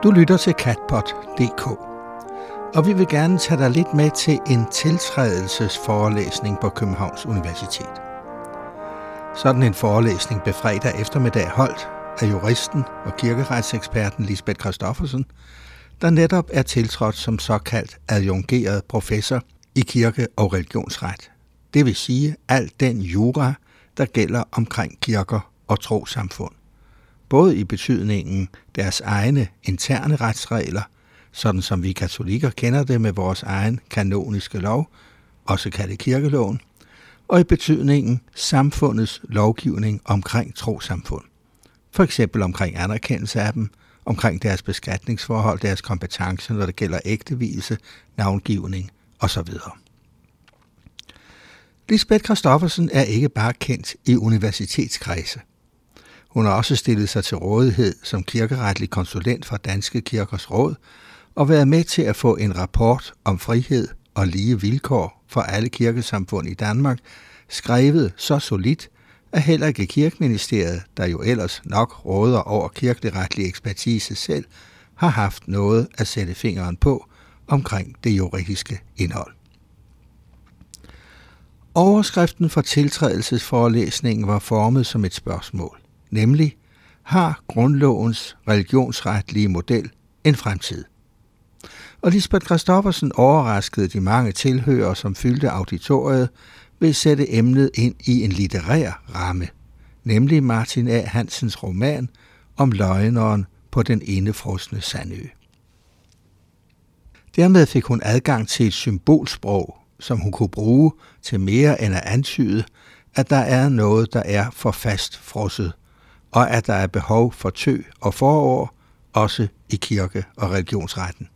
Du lytter til Katpot.dk, og vi vil gerne tage dig lidt med til en tiltrædelsesforelæsning på Københavns Universitet. Sådan en forelæsning blev fredag eftermiddag holdt af juristen og kirkeretseksperten Lisbeth Christoffersen, der netop er tiltrådt som såkaldt adjungeret professor i kirke- og religionsret. Det vil sige alt den jura, der gælder omkring kirker og trossamfund. Både i betydningen deres egne interne retsregler, sådan som vi katolikker kender det med vores egen kanoniske lov, også kaldet kirkeloven, og i betydningen samfundets lovgivning omkring trossamfund. For eksempel omkring anerkendelse af dem, omkring deres beskatningsforhold, deres kompetencer, når det gælder ægtevielse, navngivning osv. Lisbeth Christoffersen er ikke bare kendt i universitetskredse. Hun har også stillet sig til rådighed som kirkeretlig konsulent for Danske Kirkers Råd og været med til at få en rapport om frihed og lige vilkår for alle kirkesamfund i Danmark skrevet så solidt, at heller ikke Kirkeministeriet, der jo ellers nok råder over kirkeretlig ekspertise selv, har haft noget at sætte fingeren på omkring det juridiske indhold. Overskriften for tiltrædelsesforelæsningen var formet som et spørgsmål, nemlig: har grundlovens religionsretlige model en fremtid? Og Lisbeth Christoffersen overraskede de mange tilhørere, som fyldte auditoriet, ved at sætte emnet ind i en litterær ramme, nemlig Martin A. Hansens roman om løgneren på den indefrosne Sandø. Dermed fik hun adgang til et symbolsprog, som hun kunne bruge til mere end at antyde, at der er noget, der er for fast frosset, og at der er behov for tø og forår, også i kirke- og religionsretten.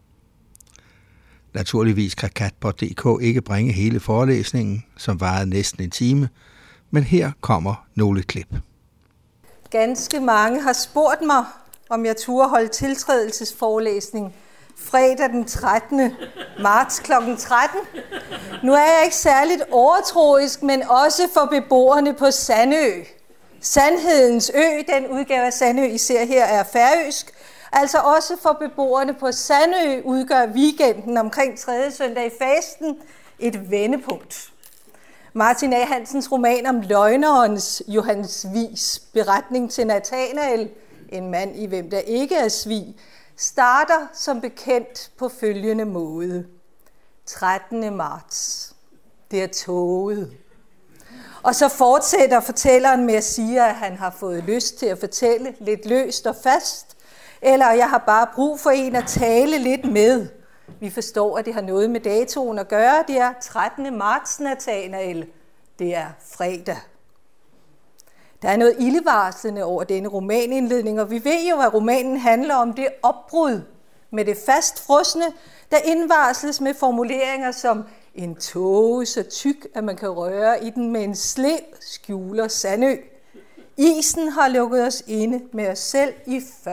Naturligvis kan Katpot.dk ikke bringe hele forelæsningen, som varede næsten en time, men her kommer nogle klip. Ganske mange har spurgt mig, om jeg turde holde tiltrædelsesforelæsning fredag den 13. marts kl. 13. Nu er jeg ikke særligt overtroisk, men også for beboerne på Sandø. Sandhedens Ø, den udgave af Sandø, I ser her, er færøsk. Altså også for beboerne på Sandø udgør weekenden omkring 3. søndag i fasten et vendepunkt. Martin A. Hansens roman om løgnerens Johannes Vigs beretning til Nathanael, en mand i hvem der ikke er svig, starter som bekendt på følgende måde. 13. marts. Det er tåget. Og så fortsætter fortælleren med at sige, at han har fået lyst til at fortælle lidt løst og fast, eller jeg har bare brug for en at tale lidt med. Vi forstår, at det har noget med datoen at gøre. Det er 13. marts, Nathanael. Det er fredag. Der er noget ildevarslende over denne romanindledning, og vi ved jo, at romanen handler om det opbrud med det fastfrosne, der indvarsles med formuleringer som: en tåge så tyk, at man kan røre i den med en slem, skjuler Sandø. Isen har lukket os inde med os selv i 40-20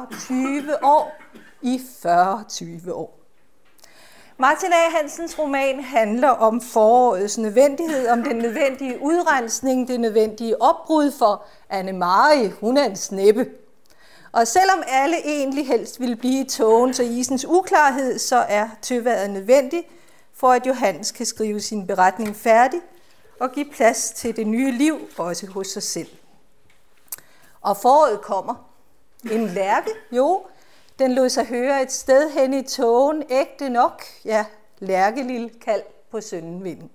år. I 40-20 år. Martin A. Hansens roman handler om forårets nødvendighed, om den nødvendige udrensning, det nødvendige opbrud for Anne-Marie, hun er en snæppe. Og selvom alle egentlig helst ville blive i tågens og isens uklarhed, så er tøvejret nødvendig, for at Johannes kan skrive sin beretning færdig og give plads til det nye liv, også hos sig selv. Og foråret kommer. En lærke? Jo, den lod sig høre et sted hen i tågen, ægte nok, ja, lærkelille kald på søndenvinden.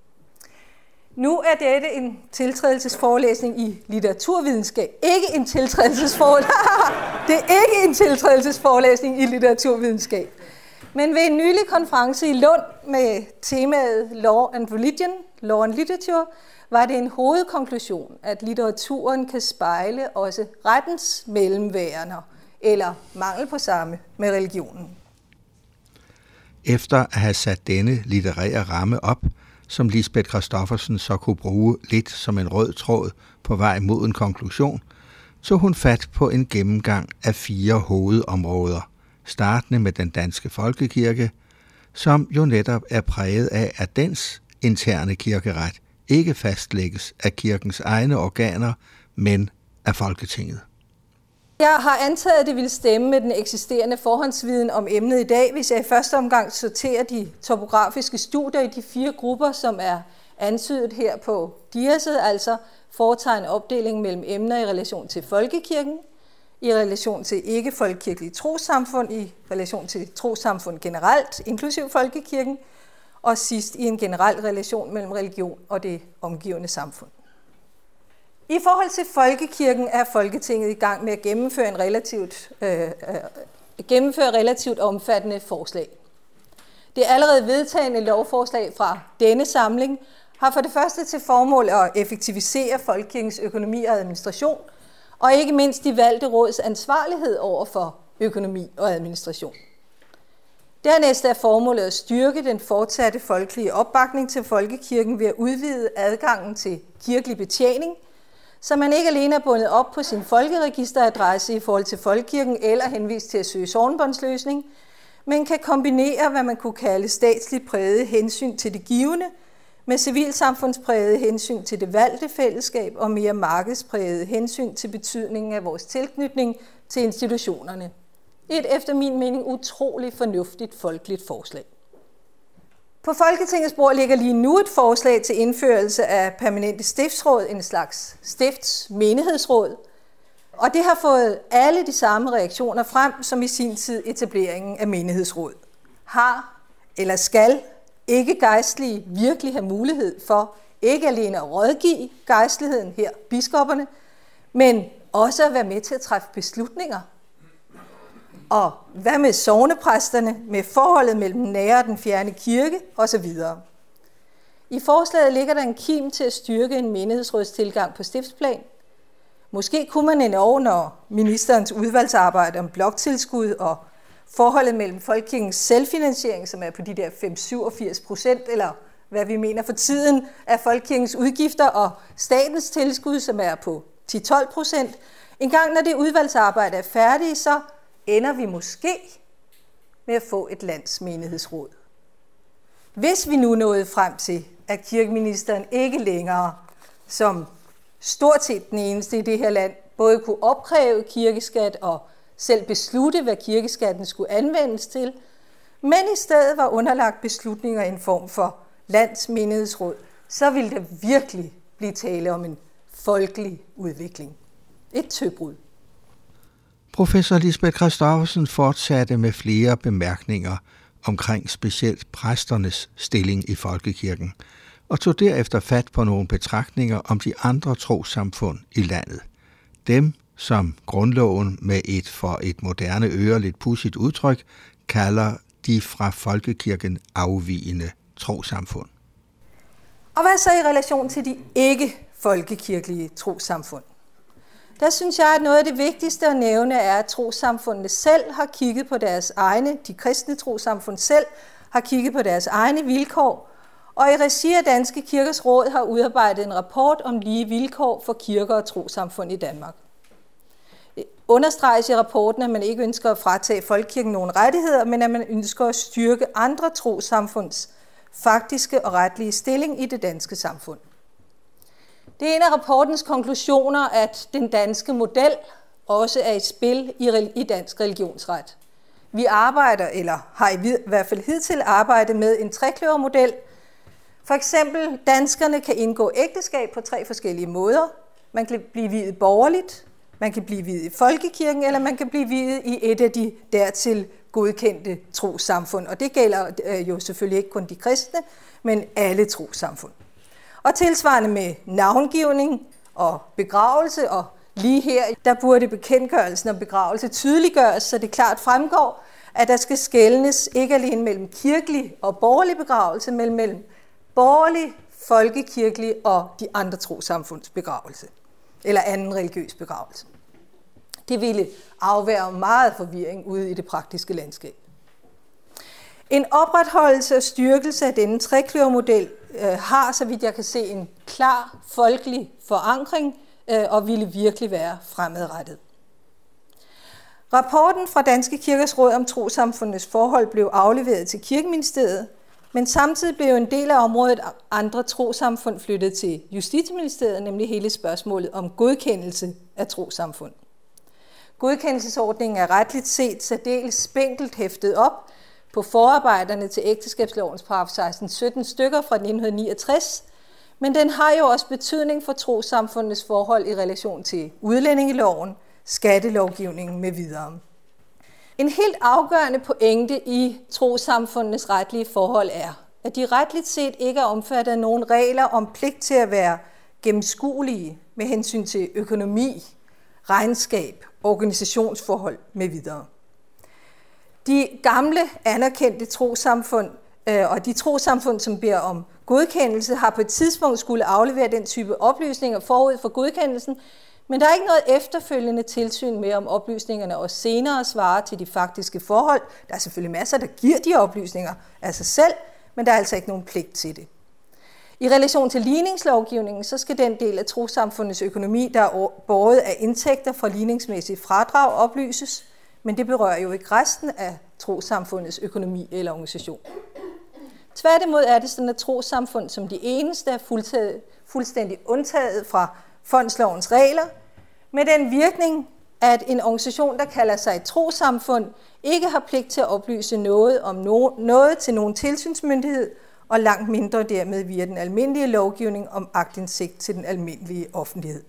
Nu er dette en tiltrædelsesforelæsning i litteraturvidenskab. Ikke en tiltrædelsesforelæsning. Det er ikke en tiltrædelsesforelæsning i litteraturvidenskab. Men ved en nylig konference i Lund med temaet Law and Religion, Law and Literature, var det en hovedkonklusion, at litteraturen kan spejle også rettens mellemværender, eller mangel på samme med religionen. Efter at have sat denne litterære ramme op, som Lisbeth Christoffersen så kunne bruge lidt som en rød tråd på vej mod en konklusion, tog hun fat på en gennemgang af 4 hovedområder, startende med den danske folkekirke, som jo netop er præget af, at dens interne kirkeret ikke fastlægges af kirkens egne organer, men af Folketinget. Jeg har antaget, at det ville stemme med den eksisterende forhåndsviden om emnet i dag, hvis jeg i første omgang sorterer de topografiske studier i de 4 grupper, som er antydet her på diaset, altså foretager en opdeling mellem emner i relation til folkekirken, i relation til ikke-folkekirkelige trossamfund, i relation til trossamfund generelt, inklusiv folkekirken, og sidst i en generel relation mellem religion og det omgivende samfund. I forhold til folkekirken er Folketinget i gang med at gennemføre relativt omfattende forslag. Det allerede vedtagne lovforslag fra denne samling har for det første til formål at effektivisere folkekirkens økonomi og administration, og ikke mindst de valgte råds ansvarlighed over for økonomi og administration. Dernæst er formålet at styrke den fortsatte folkelige opbakning til folkekirken ved at udvide adgangen til kirkelig betjening, så man ikke alene er bundet op på sin folkeregisteradresse i forhold til folkekirken eller henvist til at søge sognebåndsløsning, men kan kombinere, hvad man kunne kalde statsligt præget hensyn til det givende, med civilsamfundspræget hensyn til det valgte fællesskab og mere markedspræget hensyn til betydningen af vores tilknytning til institutionerne. Et efter min mening utroligt fornuftigt folkeligt forslag. På Folketingets bord ligger lige nu et forslag til indførelse af permanente stiftsråd, en slags stiftsmenighedsråd, og det har fået alle de samme reaktioner frem, som i sin tid etableringen af menighedsråd. Har eller skal ikke gejstlige virkelig have mulighed for ikke alene at rådgive gejstligheden her, biskopperne, men også at være med til at træffe beslutninger? Og hvad med sognepræsterne, med forholdet mellem den nære og den fjerne kirke osv.? I forslaget ligger der en kim til at styrke en menighedsrådstilgang på stiftsplan. Måske kunne man endnu, når ministerens udvalgsarbejde om bloktilskud og forholdet mellem folkekirkens selvfinansiering, som er på de der 5-87%, eller hvad vi mener for tiden, af folkekirkens udgifter, og statens tilskud, som er på 10-12%. En gang når det udvalgsarbejde er færdigt, så ender vi måske med at få et landsmenighedsråd. Hvis vi nu nåede frem til, at kirkeministeren ikke længere, som stort set den eneste i det her land, både kunne opkræve kirkeskat og selv beslutte, hvad kirkeskatten skulle anvendes til, men i stedet var underlagt beslutninger i en form for landsmenighedsråd, så ville der virkelig blive tale om en folkelig udvikling. Et tøbrud. Professor Lisbeth Christoffersen fortsatte med flere bemærkninger omkring specielt præsternes stilling i folkekirken, og tog derefter fat på nogle betragtninger om de andre trossamfund i landet. Dem, som grundloven med et for et moderne øre lidt pudsigt udtryk, kalder de fra folkekirken afvigende trossamfund. Og hvad så i relation til de ikke-folkekirkelige trossamfund? Der synes jeg, at noget af det vigtigste at nævne er, at trossamfundene selv har kigget på deres egne, de kristne trossamfund selv har kigget på deres egne vilkår, og i regi af Danske Kirkers Råd har udarbejdet en rapport om lige vilkår for kirker og trossamfund i Danmark. Det understreges i rapporten, at man ikke ønsker at fratage folkekirken nogle rettigheder, men at man ønsker at styrke andre trossamfunds faktiske og retlige stilling i det danske samfund. Det er en af rapportens konklusioner, at den danske model også er i spil i dansk religionsret. Vi arbejder, eller har i hvert fald hidtil arbejdet med en trekløvermodel. For eksempel, danskerne kan indgå ægteskab på 3 forskellige måder. Man kan blive viet borgerligt, man kan blive viet i folkekirken, eller man kan blive viet i et af de dertil godkendte trossamfund. Og det gælder jo selvfølgelig ikke kun de kristne, men alle trossamfund. Og tilsvarende med navngivning og begravelse, og lige her, der burde bekendtgørelsen om begravelse tydeliggøres, så det klart fremgår, at der skal skelnes ikke alene mellem kirkelig og borgerlig begravelse, men mellem borgerlig, folkekirkelig og de andre trossamfunds begravelse, eller anden religiøs begravelse. Det ville afværge meget forvirring ude i det praktiske landskab. En opretholdelse og styrkelse af denne trekløvermodel har, så vidt jeg kan se, en klar folkelig forankring og ville virkelig være fremadrettet. Rapporten fra Danske Kirkers Råd om trossamfundenes forhold blev afleveret til Kirkeministeriet, men samtidig blev en del af området andre trossamfund flyttet til Justitsministeriet, nemlig hele spørgsmålet om godkendelse af trossamfund. Godkendelsesordningen er retligt set særdeles spinkelt hæftet op på forarbejderne til ægteskabslovens paragraf 16-17 stykker fra 1969, men den har jo også betydning for trossamfundenes forhold i relation til udlændingeloven, skattelovgivningen med videre. En helt afgørende pointe i trossamfundenes retlige forhold er, at de retligt set ikke er omfattet af nogen regler om pligt til at være gennemskuelige med hensyn til økonomi, regnskab, organisationsforhold med videre. De gamle anerkendte trossamfund og de trossamfund, som beder om godkendelse, har på et tidspunkt skulle aflevere den type oplysninger forud for godkendelsen, men der er ikke noget efterfølgende tilsyn med, om oplysningerne også senere svarer til de faktiske forhold. Der er selvfølgelig masser, der giver de oplysninger af sig selv, men der er altså ikke nogen pligt til det. I relation til ligningslovgivningen, så skal den del af trossamfundets økonomi, der er båret af indtægter fra ligningsmæssige fradrag, oplyses, men det berører jo ikke resten af trossamfundets økonomi eller organisation. Tværtimod er det sådan, at trossamfund som de eneste er fuldstændig undtaget fra fondslovens regler, med den virkning, at en organisation, der kalder sig et trossamfund, ikke har pligt til at oplyse noget om noget til nogen tilsynsmyndighed, og langt mindre dermed via den almindelige lovgivning om aktindsigt til den almindelige offentlighed.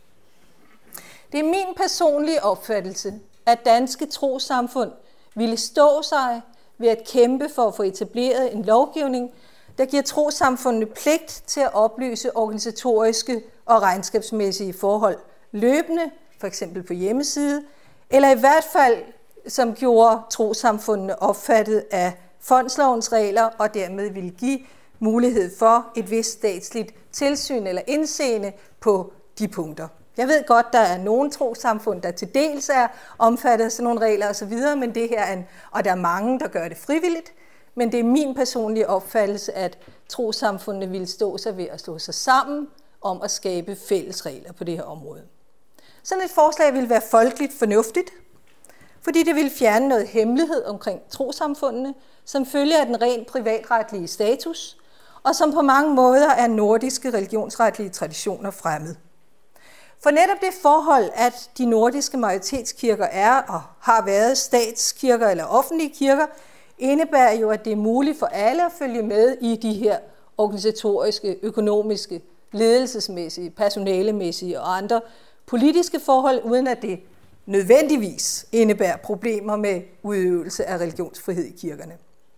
Det er min personlige opfattelse, at danske trossamfund ville stå sig ved at kæmpe for at få etableret en lovgivning, der giver trossamfundene pligt til at oplyse organisatoriske og regnskabsmæssige forhold løbende, f.eks. på hjemmeside, eller i hvert fald som gjorde trossamfundene opfattet af fondslovens regler og dermed ville give mulighed for et vist statsligt tilsyn eller indseende på de punkter. Jeg ved godt, der er nogle trossamfund, der til dels er omfattet af sådan nogle regler osv., men det her og der er mange, der gør det frivilligt, men det er min personlige opfattelse, at trossamfundene ville stå sig ved at slå sig sammen om at skabe fælles regler på det her område. Sådan et forslag ville være folkeligt fornuftigt, fordi det ville fjerne noget hemmelighed omkring trossamfundene, som følger af den rent privatretlige status, og som på mange måder er nordiske religionsretlige traditioner fremmed. For netop det forhold, at de nordiske majoritetskirker er og har været statskirker eller offentlige kirker, indebærer jo, at det er muligt for alle at følge med i de her organisatoriske, økonomiske, ledelsesmæssige, personalemæssige og andre politiske forhold, uden at det nødvendigvis indebærer problemer med udøvelse af religionsfrihed i kirkerne.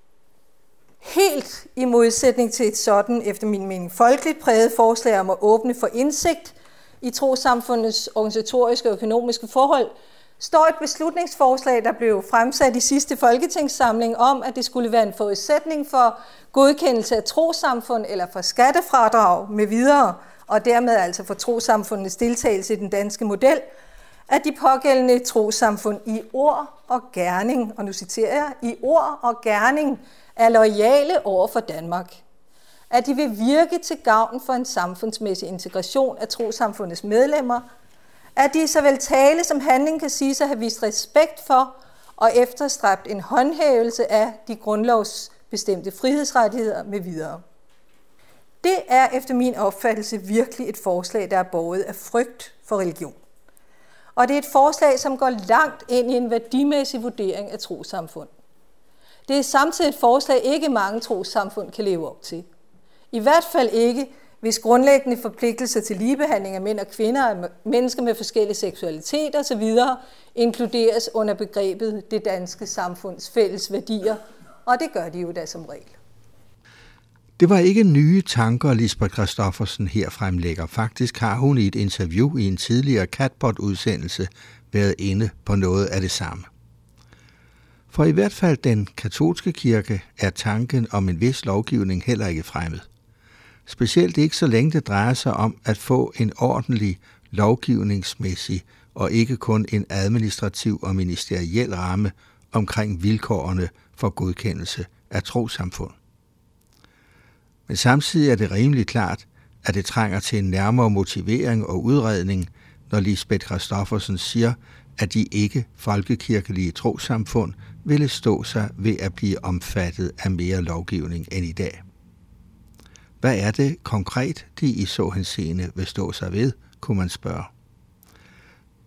Helt i modsætning til et sådan, efter min mening, folkeligt præget forslag om at åbne for indsigt i trossamfundets organisatoriske og økonomiske forhold, står et beslutningsforslag, der blev fremsat i sidste folketingssamling om, at det skulle være en forudsætning for godkendelse af trossamfund eller for skattefradrag med videre, og dermed altså for trossamfundenes deltagelse i den danske model, at de pågældende trossamfund i ord og gerning, og nu citerer jeg, i ord og gerning er loyale over for Danmark. At de vil virke til gavn for en samfundsmæssig integration af trossamfundets medlemmer, at de såvel tale som handling kan siges at have vist respekt for og efterstræbt en håndhævelse af de grundlovsbestemte frihedsrettigheder med videre. Det er efter min opfattelse virkelig et forslag, der er båret af frygt for religion. Og det er et forslag, som går langt ind i en værdimæssig vurdering af trossamfund. Det er samtidig et forslag, ikke mange trossamfund kan leve op til. I hvert fald ikke, hvis grundlæggende forpligtelser til ligebehandling af mænd og kvinder og mennesker med forskellige seksualitet osv. inkluderes under begrebet det danske samfunds fælles værdier, og det gør de jo da som regel. Det var ikke nye tanker, Lisbeth Christoffersen her fremlægger. Faktisk har hun i et interview i en tidligere Catbot-udsendelse været inde på noget af det samme. For i hvert fald den katolske kirke er tanken om en vis lovgivning heller ikke fremmed. Specielt ikke så længe det drejer sig om at få en ordentlig lovgivningsmæssig og ikke kun en administrativ og ministeriel ramme omkring vilkårene for godkendelse af trossamfund. Men samtidig er det rimelig klart, at det trænger til en nærmere motivering og udredning, når Lisbeth Christoffersen siger, at de ikke folkekirkelige trossamfund ville stå sig ved at blive omfattet af mere lovgivning end i dag. Hvad er det konkret, de i så henseende vil stå sig ved, kunne man spørge.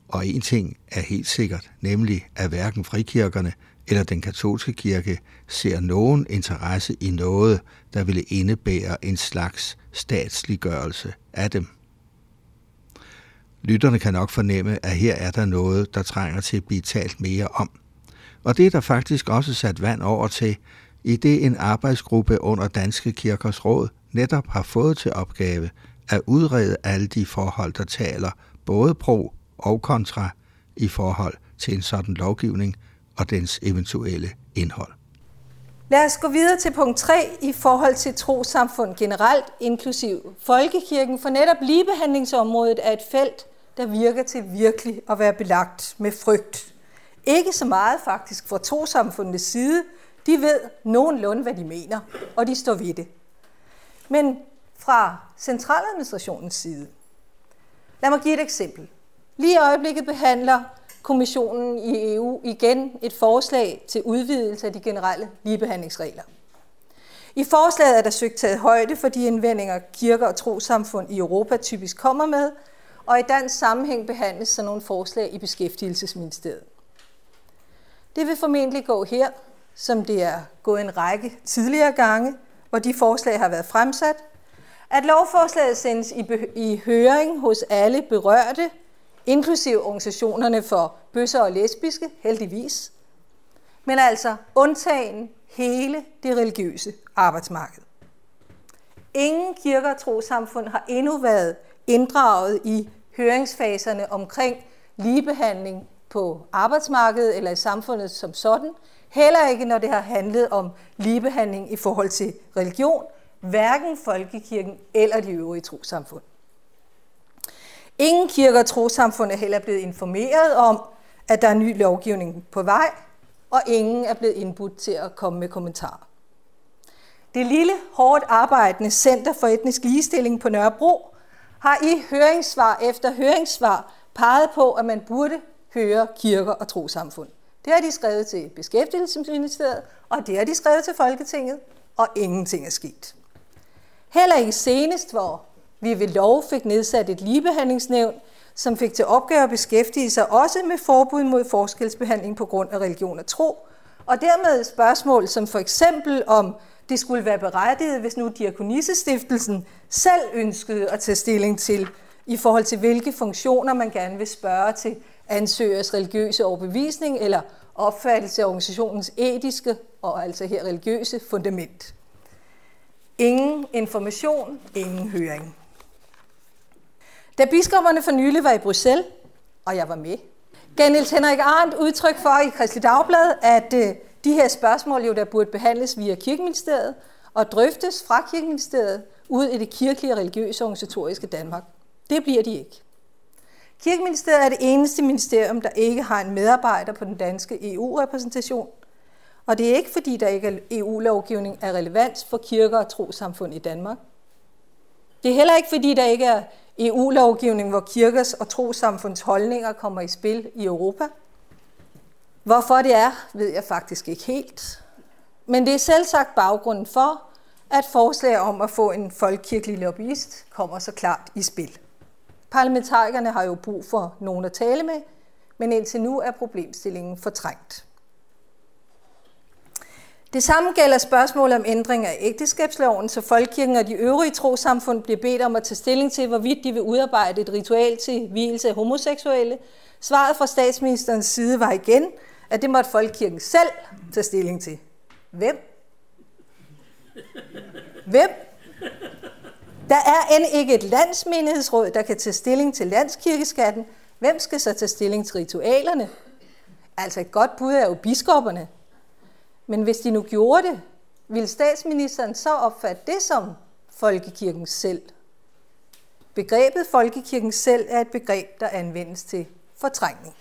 Og en ting er helt sikkert, nemlig at hverken frikirkerne eller den katolske kirke ser nogen interesse i noget, der ville indebære en slags statsliggørelse af dem. Lytterne kan nok fornemme, at her er der noget, der trænger til at blive talt mere om. Og det er der faktisk også sat vand over til, i det en arbejdsgruppe under Danske Kirkers Råd netop har fået til opgave at udrede alle de forhold, der taler både pro og kontra i forhold til en sådan lovgivning og dens eventuelle indhold. Lad os gå videre til punkt 3 i forhold til trossamfund generelt, inklusiv folkekirken, for netop ligebehandlingsområdet er et felt, der virker til virkelig at være belagt med frygt. Ikke så meget faktisk fra trossamfundenes side. De ved nogenlunde, hvad de mener, og de står ved det. Men fra centraladministrationens side. Lad mig give et eksempel. Lige i øjeblikket behandler Kommissionen i EU igen et forslag til udvidelse af de generelle ligebehandlingsregler. I forslaget er der søgt taget højde for de indvendinger, kirker og trossamfund i Europa typisk kommer med, og i dansk sammenhæng behandles sådan nogle forslag i Beskæftigelsesministeriet. Det vil formentlig gå her, som det er gået en række tidligere gange, hvor de forslag har været fremsat, at lovforslaget sendes i høring hos alle berørte, inklusive organisationerne for bøsser og lesbiske, heldigvis, men altså undtagen hele det religiøse arbejdsmarked. Ingen kirker og trossamfund har endnu været inddraget i høringsfaserne omkring ligebehandling på arbejdsmarkedet eller i samfundet som sådan, heller ikke når det har handlet om ligebehandling i forhold til religion, hverken folkekirken eller de øvrige trossamfund. Ingen kirker og trossamfund er heller blevet informeret om, at der er ny lovgivning på vej, og ingen er blevet indbudt til at komme med kommentarer. Det lille, hårdt arbejdende Center for Etnisk Ligestilling på Nørrebro har i høringssvar efter høringssvar peget på, at man burde høre kirker og trossamfund. Det har de skrevet til Beskæftigelsesministeriet, og det har de skrevet til Folketinget, og ingenting er sket. Heller ikke senest, hvor vi ved lov fik nedsat et ligebehandlingsnævn, som fik til opgave at beskæftige sig også med forbud mod forskelsbehandling på grund af religion og tro, og dermed spørgsmål som for eksempel om det skulle være berettiget, hvis nu Diakonissestiftelsen selv ønskede at tage stilling til, i forhold til hvilke funktioner man gerne vil spørge til ansøgers religiøse overbevisning eller opfattelse af organisationens etiske og altså her religiøse fundament. Ingen information, ingen høring. Da biskopperne for nylig var i Bruxelles, og jeg var med, gav Niels Henrik Arendt udtryk for i Kristeligt Dagblad, at de her spørgsmål jo der burde behandles via Kirkeministeriet og drøftes fra Kirkeministeriet ud i det kirkelige og religiøse organisatoriske Danmark. Det bliver de ikke. Kirkeministeriet er det eneste ministerium, der ikke har en medarbejder på den danske EU-repræsentation, og det er ikke fordi, der ikke er EU-lovgivning af relevans for kirker og trossamfund i Danmark. Det er heller ikke fordi, der ikke er EU-lovgivning, hvor kirkers og trossamfunds holdninger kommer i spil i Europa. Hvorfor det er, ved jeg faktisk ikke helt. Men det er selvsagt baggrunden for, at forslag om at få en folkekirkelig lobbyist kommer så klart i spil. Parlamentarikerne har jo brug for nogen at tale med, men indtil nu er problemstillingen fortrængt. Det samme gælder spørgsmålet om ændring af ægteskabsloven, så folkekirken og de øvrige trossamfund bliver bedt om at tage stilling til, hvorvidt de vil udarbejde et ritual til vielse af homoseksuelle. Svaret fra statsministerens side var igen, at det måtte folkekirken selv tage stilling til. Hvem? Der er end ikke et landsmenighedsråd, der kan tage stilling til landskirkeskatten. Hvem skal så tage stilling til ritualerne? Altså et godt bud er jo biskopperne. Men hvis de nu gjorde det, ville statsministeren så opfatte det som folkekirken selv? Begrebet folkekirken selv er et begreb, der anvendes til fortrængning.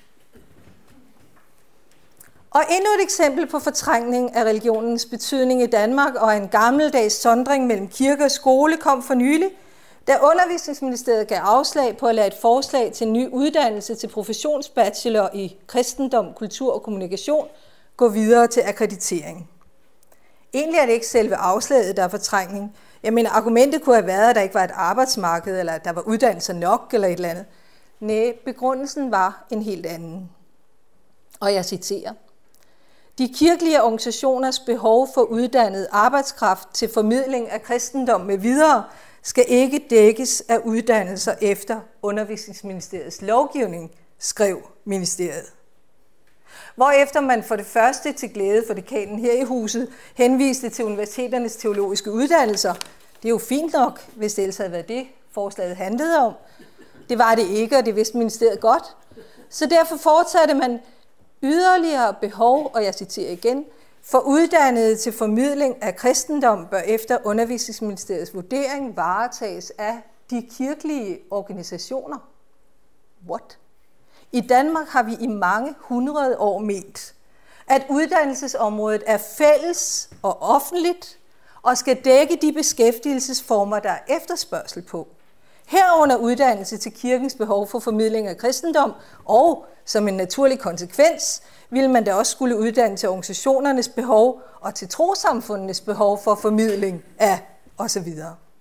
Og endnu et eksempel på fortrængning af religionens betydning i Danmark og en gammeldags sondring mellem kirke og skole kom for nylig, da Undervisningsministeriet gav afslag på at lade et forslag til en ny uddannelse til professionsbachelor i kristendom, kultur og kommunikation gå videre til akkreditering. Egentlig er det ikke selve afslaget, der er fortrængning. Jeg mener, argumentet kunne have været, at der ikke var et arbejdsmarked, eller at der var uddannelser nok, eller et eller andet. Næh, begrundelsen var en helt anden. Og jeg citerer: De kirkelige organisationers behov for uddannet arbejdskraft til formidling af kristendom med videre skal ikke dækkes af uddannelser efter Undervisningsministeriets lovgivning, skrev ministeriet. Hvorefter man for det første til glæde for dekanen her i huset henviste til universiteternes teologiske uddannelser. Det er jo fint nok, hvis det ellers havde været det, forslaget handlede om. Det var det ikke, og det vidste ministeriet godt. Så derfor fortsatte man yderligere behov, og jeg citerer igen, for uddannede til formidling af kristendom bør efter Undervisningsministeriets vurdering varetages af de kirkelige organisationer. What? I Danmark har vi i mange hundrede år ment, at uddannelsesområdet er fælles og offentligt, og skal dække de beskæftigelsesformer, der er efterspørgsel på. Herunder uddannelse til kirkens behov for formidling af kristendom, og som en naturlig konsekvens, ville man da også skulle uddanne til organisationernes behov og til trossamfundenes behov for formidling af osv.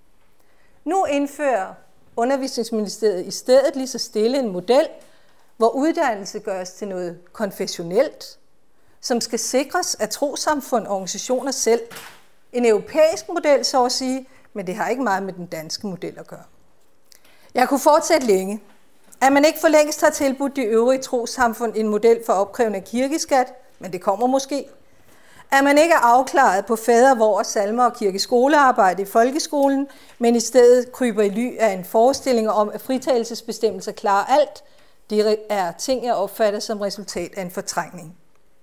Nu indfører Undervisningsministeriet i stedet lige så stille en model, hvor uddannelse gøres til noget konfessionelt, som skal sikres af trossamfund og organisationer selv. En europæisk model, så at sige, men det har ikke meget med den danske model at gøre. Jeg kunne fortsætte længe. At man ikke for længst har tilbudt de øvrige trossamfund en model for opkrævning af kirkeskat, men det kommer måske. At man ikke er afklaret på fader, hvor salmer og kirkeskolearbejde i folkeskolen, men i stedet kryber i ly af en forestilling om, at fritagelsesbestemmelser klarer alt. Det er ting, jeg opfatter som resultat af en fortrængning.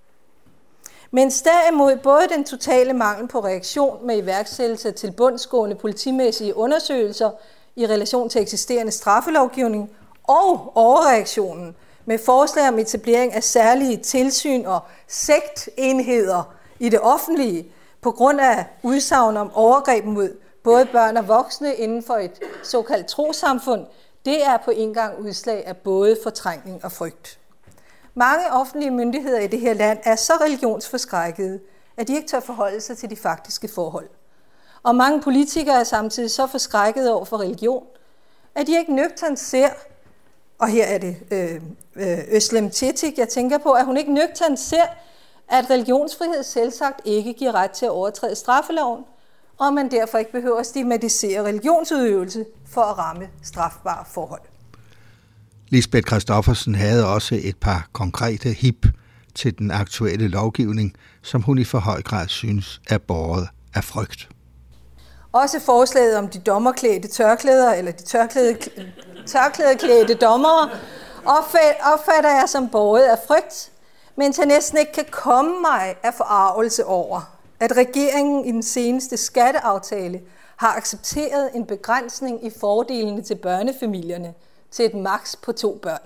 Mens derimod både den totale mangel på reaktion med iværksættelse af tilbundsgående politimæssige undersøgelser i relation til eksisterende straffelovgivning og overreaktionen med forslag om etablering af særlige tilsyn og sektenheder i det offentlige på grund af udsagn om overgreb mod både børn og voksne inden for et såkaldt trossamfund, det er på en gang udslag af både fortrængning og frygt. Mange offentlige myndigheder i det her land er så religionsforskrækkede, at de ikke tør forholde sig til de faktiske forhold. Og mange politikere er samtidig så forskrækkede over for religion, at de ikke nøgternt ser, og her er det Özlem Cetic, jeg tænker på, at hun ikke nøgternt ser, at religionsfrihed selvsagt ikke giver ret til at overtræde straffeloven, og man derfor ikke behøver at stigmatisere religionsudøvelse for at ramme strafbare forhold. Lisbeth Christoffersen havde også et par konkrete hip til den aktuelle lovgivning, som hun i for høj grad synes er båret af frygt. Også forslaget om de dommerklædte tørklæder, eller de tørklædeklædte dommere, opfatter jeg som båret af frygt, men jeg næsten ikke kan komme mig af forargelse over, at regeringen i den seneste skatteaftale har accepteret en begrænsning i fordelene til børnefamilierne til et maks på 2 børn.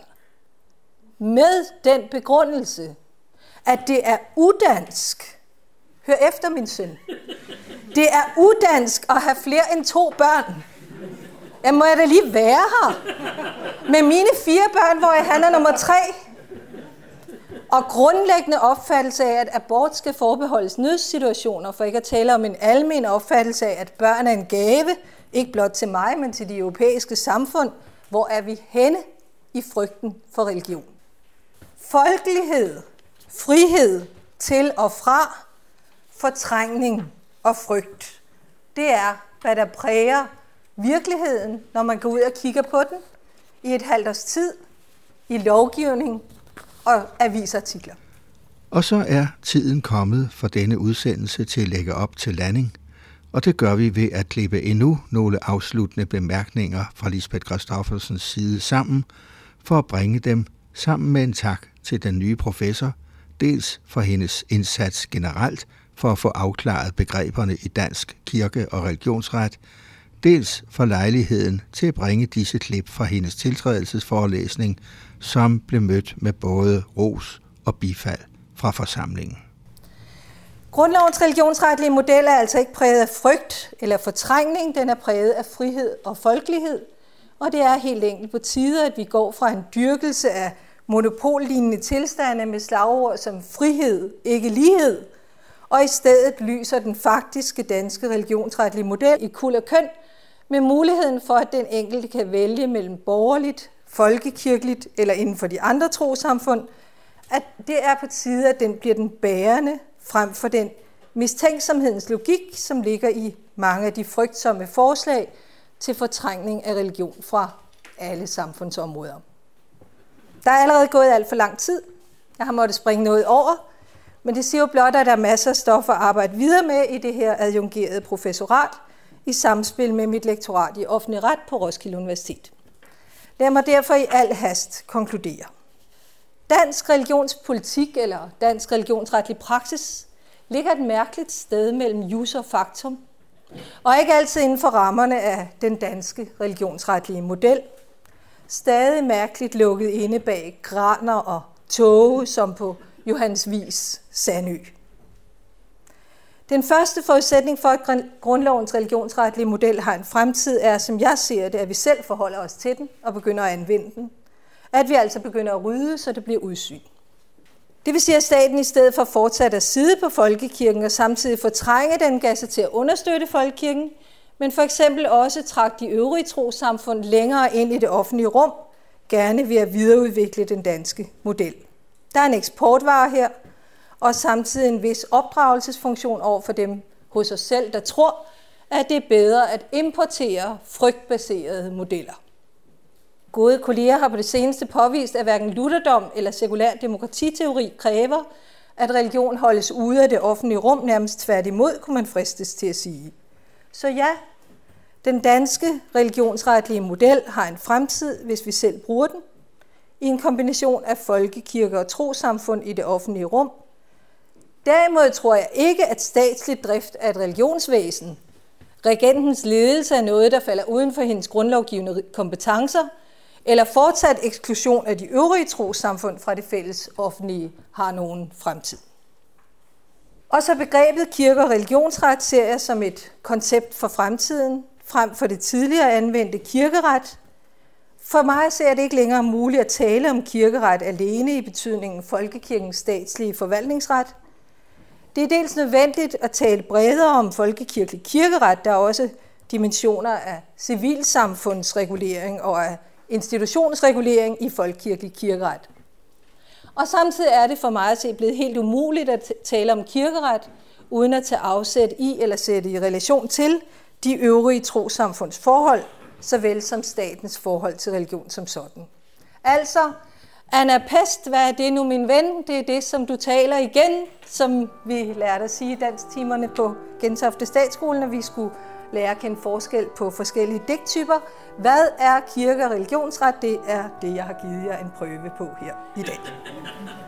Med den begrundelse, at det er udansk. Hør efter, min søn. Det er udansk at have flere end 2 børn. Jeg må da lige være her. Med mine 4 børn, hvor han er nummer 3. Og grundlæggende opfattelse af, at abort skal forbeholdes nødsituationer, for ikke at tale om en almen opfattelse af, at børn er en gave, ikke blot til mig, men til de europæiske samfund. Hvor er vi henne i frygten for religion? Folkelighed, frihed til og fra, fortrængning og frygt. Det er, hvad der præger virkeligheden, når man går ud og kigger på den i et halvt års tid, i lovgivning og avisartikler. Og så er tiden kommet for denne udsendelse til at lægge op til landing, og det gør vi ved at klippe endnu nogle afsluttende bemærkninger fra Lisbeth Christoffersens side sammen, for at bringe dem sammen med en tak til den nye professor, dels for hendes indsats generelt for at få afklaret begreberne i dansk kirke- og religionsret, dels for lejligheden til at bringe disse klip fra hendes tiltrædelsesforelæsning, som blev mødt med både ros og bifald fra forsamlingen. Grundlovens religionsretlige model er altså ikke præget af frygt eller fortrængning, den er præget af frihed og folkelighed, og det er helt enkelt på tide, at vi går fra en dyrkelse af monopollignende tilstande med slagord som frihed, ikke lighed, og i stedet lyser den faktiske danske religionsretlige model i kuld og køn, med muligheden for, at den enkelte kan vælge mellem borgerligt, folkekirkeligt eller inden for de andre trossamfund, at det er på tide, at den bliver den bærende frem for den mistænksomhedens logik, som ligger i mange af de frygtsomme forslag til fortrængning af religion fra alle samfundsområder. Der er allerede gået alt for lang tid. Jeg har måttet springe noget over, men det siger jo blot, at der er masser af stof at arbejde videre med i det her adjungerede professorat i samspil med mit lektorat i offentlig ret på Roskilde Universitet. Lad mig derfor i al hast konkludere. Dansk religionspolitik eller dansk religionsretlig praksis ligger et mærkeligt sted mellem jus og faktum, og ikke altid inden for rammerne af den danske religionsretlige model. Stadig mærkeligt lukket inde bag graner og tåge, som på Johannes Vigs Sandø. Den første forudsætning for, at grundlovens religionsretlige model har en fremtid, er, som jeg ser det, at vi selv forholder os til den og begynder at anvende den. At vi altså begynder at rydde, så det bliver udsyn. Det vil sige, at staten i stedet for fortsat at sidde på folkekirken og samtidig fortrænge den gav sig til at understøtte folkekirken, men for eksempel også trække de øvrige trossamfund længere ind i det offentlige rum, gerne ved at videreudvikle den danske model. Der er en eksportvare her, og samtidig en vis opdragelsesfunktion over for dem hos os selv, der tror, at det er bedre at importere frygtbaserede modeller. Gode kolleger har på det seneste påvist, at hverken lutherdom eller sekulær demokratiteori kræver, at religion holdes ude af det offentlige rum, nærmest tværtimod, kunne man fristes til at sige. Så ja, den danske religionsretlige model har en fremtid, hvis vi selv bruger den, i en kombination af folkekirker og trossamfund i det offentlige rum. Derimod tror jeg ikke, at statslig drift af et religionsvæsen, regentens ledelse er noget, der falder uden for hendes grundlovgivende kompetencer, eller fortsat eksklusion af de øvrige trossamfund fra det fælles offentlige har nogen fremtid. Og så begrebet kirke- og religionsret ser jeg som et koncept for fremtiden, frem for det tidligere anvendte kirkeret. For mig ser det ikke længere muligt at tale om kirkeret alene i betydningen folkekirkens statslige forvaltningsret. Det er dels nødvendigt at tale bredere om folkekirkelig kirkeret, der er også dimensioner af civilsamfundsregulering og af institutionsregulering i folkekirkelig kirkeret. Og samtidig er det for mig at se blevet helt umuligt at tale om kirkeret, uden at tage afsæt i eller sætte i relation til de øvrige trossamfunds forhold, såvel som statens forhold til religion som sådan. Altså, Anapest, hvad er det nu, min ven? Det er det, som du taler igen, som vi lærte at sige i dansktimerne på Gentofte Statsskolen, at vi skulle lære at kende forskel på forskellige digttyper. Hvad er kirke- og religionsret? Det er det, jeg har givet jer en prøve på her i dag.